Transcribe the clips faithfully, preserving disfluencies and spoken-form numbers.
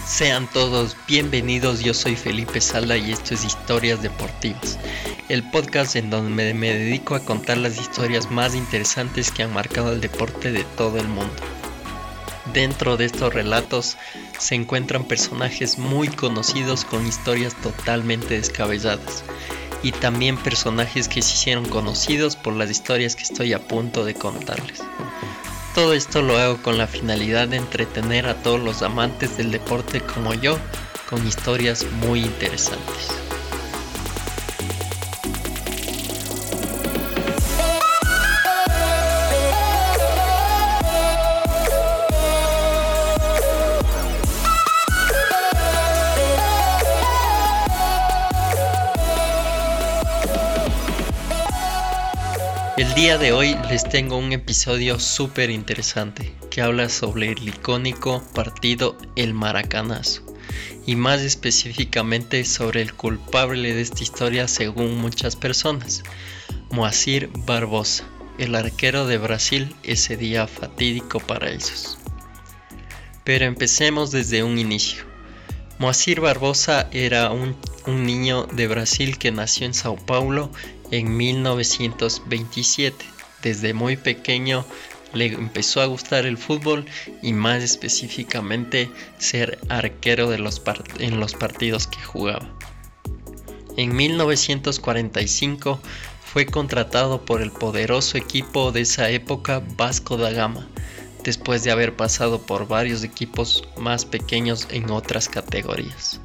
Sean todos bienvenidos, yo soy Felipe Sala y esto es Historias Deportivas, el podcast en donde me, me dedico a contar las historias más interesantes que han marcado el deporte de todo el mundo. Dentro de estos relatos se encuentran personajes muy conocidos con historias totalmente descabelladas y también personajes que se hicieron conocidos por las historias que estoy a punto de contarles. Todo esto lo hago con la finalidad de entretener a todos los amantes del deporte como yo, con historias muy interesantes. El día de hoy les tengo un episodio súper interesante que habla sobre el icónico partido El Maracanazo y más específicamente sobre el culpable de esta historia según muchas personas, Moacir Barbosa, el arquero de Brasil ese día fatídico para ellos. Pero empecemos desde un inicio. Moacir Barbosa era un, un niño de Brasil que nació en Sao Paulo en mil novecientos veintisiete. Desde muy pequeño le empezó a gustar el fútbol y más específicamente ser arquero de los part- en los partidos que jugaba. En mil novecientos cuarenta y cinco fue contratado por el poderoso equipo de esa época, Vasco da Gama, después de haber pasado por varios equipos más pequeños en otras categorías.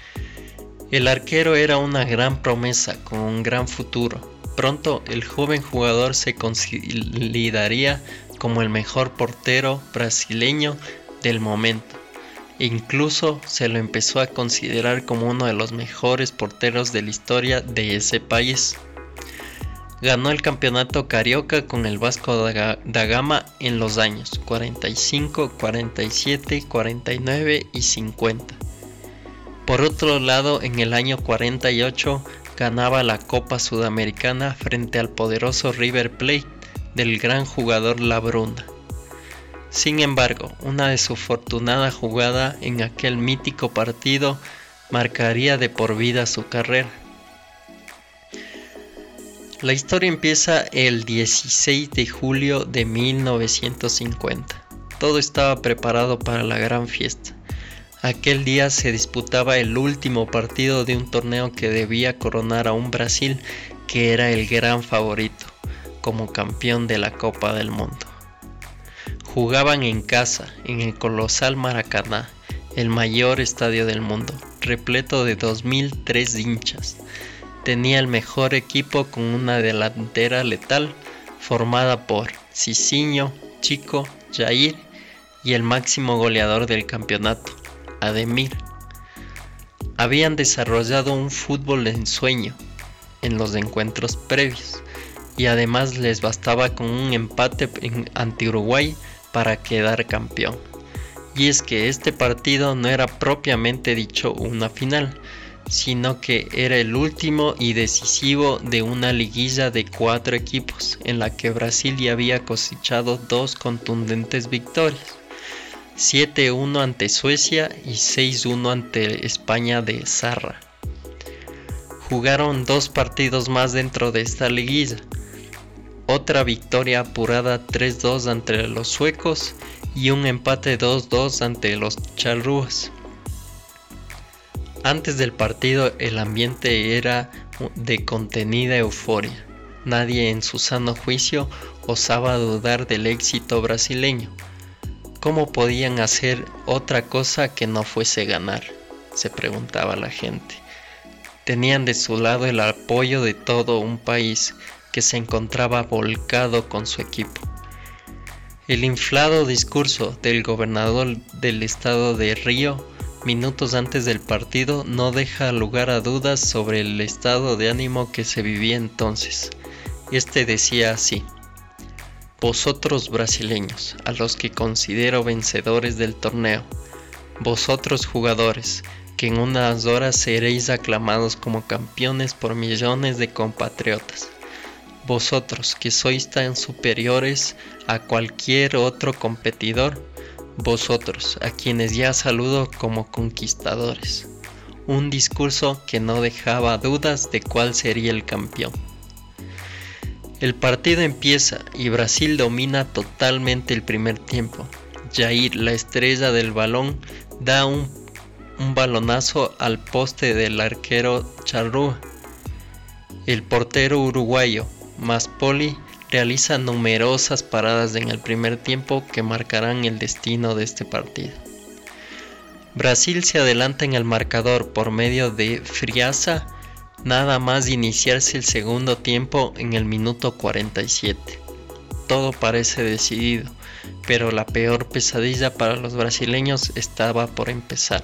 El arquero era una gran promesa con un gran futuro. Pronto el joven jugador se consolidaría como el mejor portero brasileño del momento. E incluso se lo empezó a considerar como uno de los mejores porteros de la historia de ese país. Ganó el campeonato carioca con el Vasco da Gama en los años cuarenta y cinco, cuarenta y siete, cuarenta y nueve y cincuenta. Por otro lado, en el año cuarenta y ocho ganaba la Copa Sudamericana frente al poderoso River Plate del gran jugador Labruna. Sin embargo, una desafortunada jugada en aquel mítico partido marcaría de por vida su carrera. La historia empieza el dieciséis de julio de mil novecientos cincuenta. Todo estaba preparado para la gran fiesta. Aquel día se disputaba el último partido de un torneo que debía coronar a un Brasil que era el gran favorito como campeón de la Copa del Mundo. Jugaban en casa, en el colosal Maracaná, el mayor estadio del mundo, repleto de dos mil tres hinchas. Tenía el mejor equipo con una delantera letal formada por Cicinho, Chico, Jair y el máximo goleador del campeonato, Ademir. Habían desarrollado un fútbol de ensueño en los encuentros previos y además les bastaba con un empate en, ante Uruguay para quedar campeón. Y es que este partido no era propiamente dicho una final, sino que era el último y decisivo de una liguilla de cuatro equipos en la que Brasil ya había cosechado dos contundentes victorias. siete uno ante Suecia y seis uno ante España de Zarra. Jugaron dos partidos más dentro de esta liguilla. Otra victoria apurada tres dos ante los suecos y un empate dos dos ante los charrúas. Antes del partido el ambiente era de contenida euforia. Nadie en su sano juicio osaba dudar del éxito brasileño. ¿Cómo podían hacer otra cosa que no fuese ganar?, se preguntaba la gente. Tenían de su lado el apoyo de todo un país que se encontraba volcado con su equipo. El inflado discurso del gobernador del estado de Río minutos antes del partido no deja lugar a dudas sobre el estado de ánimo que se vivía entonces. Este decía así: vosotros brasileños, a los que considero vencedores del torneo, vosotros jugadores, que en unas horas seréis aclamados como campeones por millones de compatriotas, vosotros que sois tan superiores a cualquier otro competidor, vosotros, a quienes ya saludo como conquistadores. Un discurso que no dejaba dudas de cuál sería el campeón. El partido empieza y Brasil domina totalmente el primer tiempo. Jair, la estrella del balón, da un, un balonazo al poste del arquero Charrúa. El portero uruguayo, Maspoli, realiza numerosas paradas en el primer tiempo que marcarán el destino de este partido. Brasil se adelanta en el marcador por medio de Friaza, nada más iniciarse el segundo tiempo en el minuto cuarenta y siete. Todo parece decidido, pero la peor pesadilla para los brasileños estaba por empezar.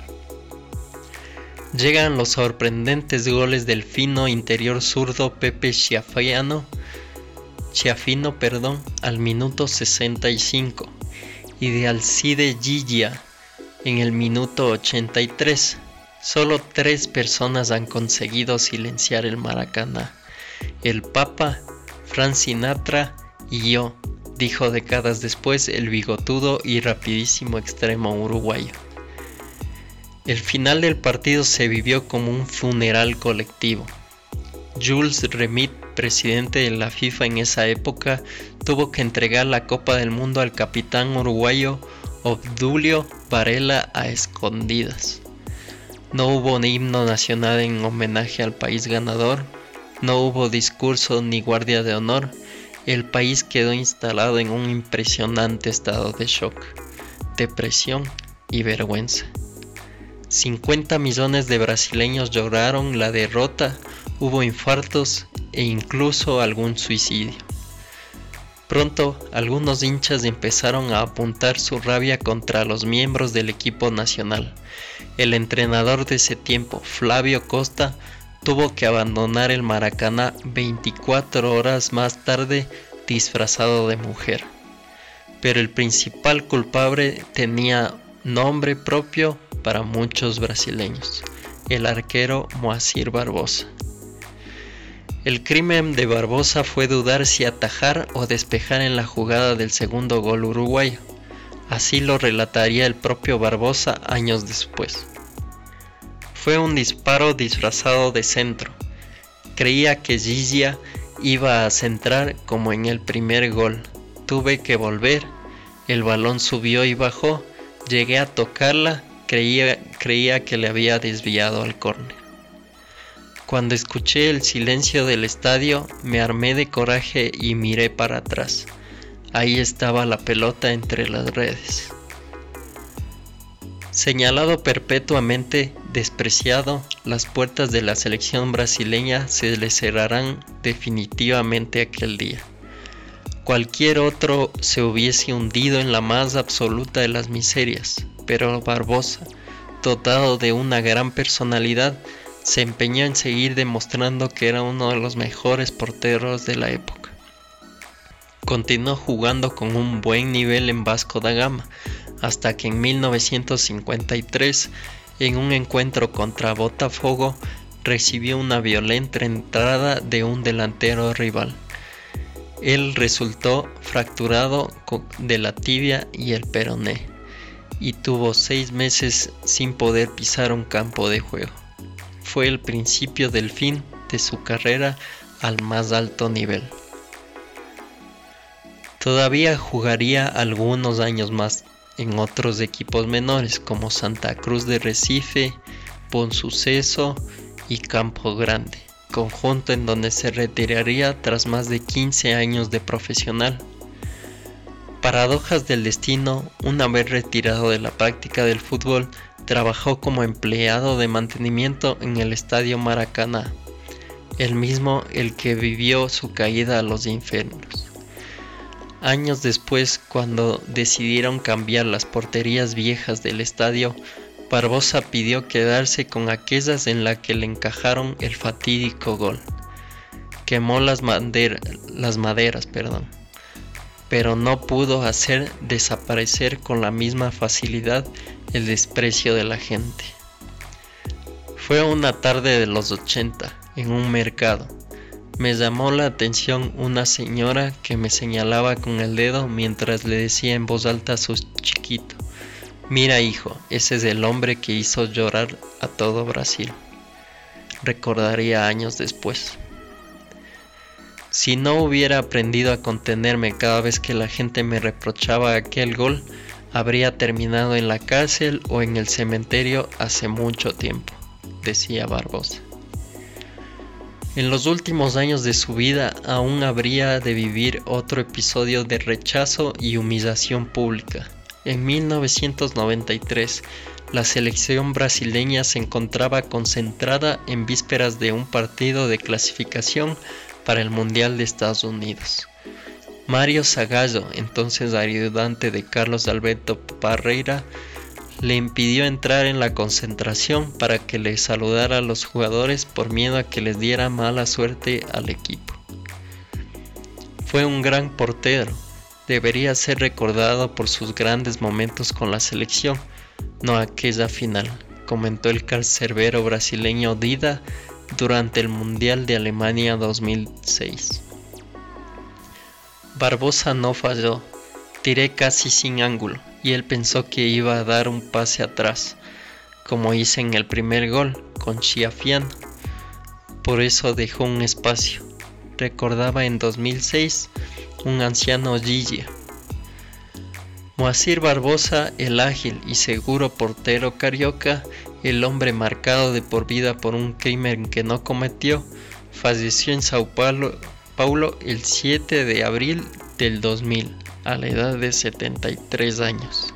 Llegan los sorprendentes goles del fino interior zurdo Pepe Schiaffino, Schiaffino perdón, al minuto sesenta y cinco y de Alcide Gigia en el minuto ochenta y tres. Solo tres personas han conseguido silenciar el Maracaná: el Papa, Frank Sinatra y yo, dijo décadas después el bigotudo y rapidísimo extremo uruguayo. El final del partido se vivió como un funeral colectivo. Jules Rimet, presidente de la FIFA en esa época, tuvo que entregar la Copa del Mundo al capitán uruguayo Obdulio Varela a escondidas. No hubo ni himno nacional en homenaje al país ganador, no hubo discurso ni guardia de honor. El país quedó instalado en un impresionante estado de shock, depresión y vergüenza. cincuenta millones de brasileños lloraron la derrota, hubo infartos e incluso algún suicidio. Pronto, algunos hinchas empezaron a apuntar su rabia contra los miembros del equipo nacional. El entrenador de ese tiempo, Flavio Costa, tuvo que abandonar el Maracaná veinticuatro horas más tarde disfrazado de mujer. Pero el principal culpable tenía nombre propio para muchos brasileños: el arquero Moacir Barbosa. El crimen de Barbosa fue dudar si atajar o despejar en la jugada del segundo gol uruguayo. Así lo relataría el propio Barbosa años después. Fue un disparo disfrazado de centro. Creía que Gigia iba a centrar como en el primer gol. Tuve que volver. El balón subió y bajó. Llegué a tocarla. Creía, creía que le había desviado al córner. Cuando escuché el silencio del estadio, me armé de coraje y miré para atrás. Ahí estaba la pelota entre las redes. Señalado perpetuamente, despreciado, las puertas de la selección brasileña se le cerrarán definitivamente aquel día. Cualquier otro se hubiese hundido en la más absoluta de las miserias, pero Barbosa, dotado de una gran personalidad, se empeñó en seguir demostrando que era uno de los mejores porteros de la época. Continuó jugando con un buen nivel en Vasco da Gama, hasta que en mil novecientos cincuenta y tres, en un encuentro contra Botafogo, recibió una violenta entrada de un delantero rival. Él resultó fracturado de la tibia y el peroné, y tuvo seis meses sin poder pisar un campo de juego. Fue el principio del fin de su carrera al más alto nivel. Todavía jugaría algunos años más en otros equipos menores como Santa Cruz de Recife, Bonsuceso y Campo Grande, conjunto en donde se retiraría tras más de quince años de profesional. Paradojas del destino, una vez retirado de la práctica del fútbol, trabajó como empleado de mantenimiento en el Estadio Maracaná, el mismo el que vivió su caída a los infiernos. Años después, cuando decidieron cambiar las porterías viejas del estadio, Barbosa pidió quedarse con aquellas en las que le encajaron el fatídico gol. Quemó las, mader- las maderas, perdón, pero no pudo hacer desaparecer con la misma facilidad el desprecio de la gente. Fue una tarde de los ochenta, en un mercado. Me llamó la atención una señora que me señalaba con el dedo mientras le decía en voz alta a su chiquito: Mira, hijo, ese es el hombre que hizo llorar a todo Brasil, recordaría años después. Si no hubiera aprendido a contenerme cada vez que la gente me reprochaba aquel gol, habría terminado en la cárcel o en el cementerio hace mucho tiempo, decía Barbosa. En los últimos años de su vida aún habría de vivir otro episodio de rechazo y humillación pública. En mil novecientos noventa y tres, la selección brasileña se encontraba concentrada en vísperas de un partido de clasificación para el Mundial de Estados Unidos. Mário Zagallo, entonces ayudante de Carlos Alberto Parreira, le impidió entrar en la concentración para que le saludara a los jugadores por miedo a que les diera mala suerte al equipo. Fue un gran portero, debería ser recordado por sus grandes momentos con la selección, no aquella final, comentó el cancerbero brasileño Dida durante el Mundial de Alemania dos mil seis. Barbosa no falló, tiré casi sin ángulo y él pensó que iba a dar un pase atrás, como hice en el primer gol con Chiafiano. Por eso dejó un espacio, recordaba en dos mil seis un anciano Gigi. Moacir Barbosa, el ágil y seguro portero carioca, el hombre marcado de por vida por un crimen que no cometió, falleció en Sao Paulo, Paulo el siete de abril del dos mil, a la edad de setenta y tres años.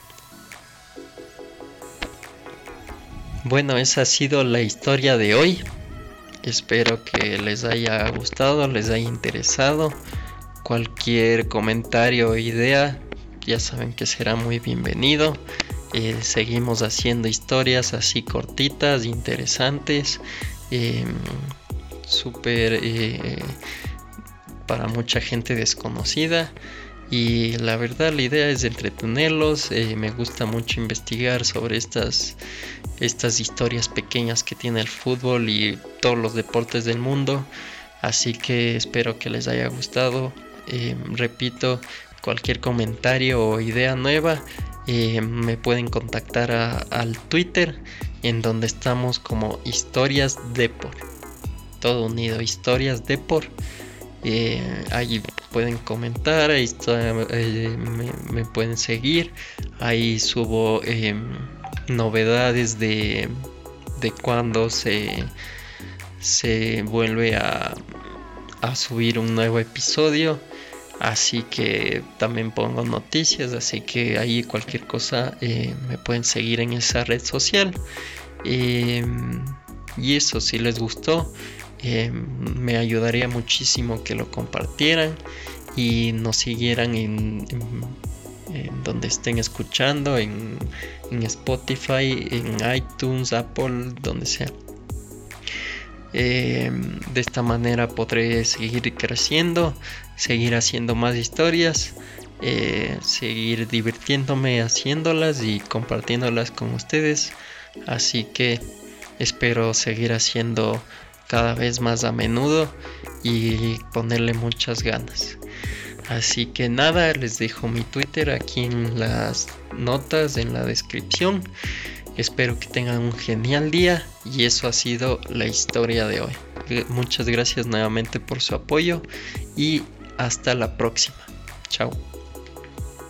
Bueno, esa ha sido la historia de hoy. Espero que les haya gustado, les haya interesado. Cualquier comentario o idea, ya saben que será muy bienvenido. Eh, seguimos haciendo historias así cortitas, interesantes, eh, súper eh, para mucha gente desconocida. Y la verdad, la idea es entretenerlos. Eh, me gusta mucho investigar sobre estas, estas historias pequeñas que tiene el fútbol y todos los deportes del mundo. Así que espero que les haya gustado. Eh, repito, cualquier comentario o idea nueva, eh, me pueden contactar a, al Twitter, en donde estamos como Historias Depor, todo unido, Historias Depor. Eh, ahí pueden comentar, ahí está, eh, me, me pueden seguir, ahí subo eh, novedades de, de cuando se, se vuelve a, a subir un nuevo episodio. Así que también pongo noticias, así que ahí cualquier cosa eh, me pueden seguir en esa red social. Eh, y eso, si les gustó, eh, me ayudaría muchísimo que lo compartieran y nos siguieran en, en, en donde estén escuchando, en, en Spotify, en iTunes, Apple, donde sea. Eh, de esta manera podré seguir creciendo, seguir haciendo más historias, eh, seguir divirtiéndome haciéndolas y compartiéndolas con ustedes. Así que espero seguir haciendo cada vez más a menudo y ponerle muchas ganas. Así que nada, les dejo mi Twitter aquí en las notas, en la descripción. Espero que tengan un genial día y eso ha sido la historia de hoy. Muchas gracias nuevamente por su apoyo y hasta la próxima. Chao.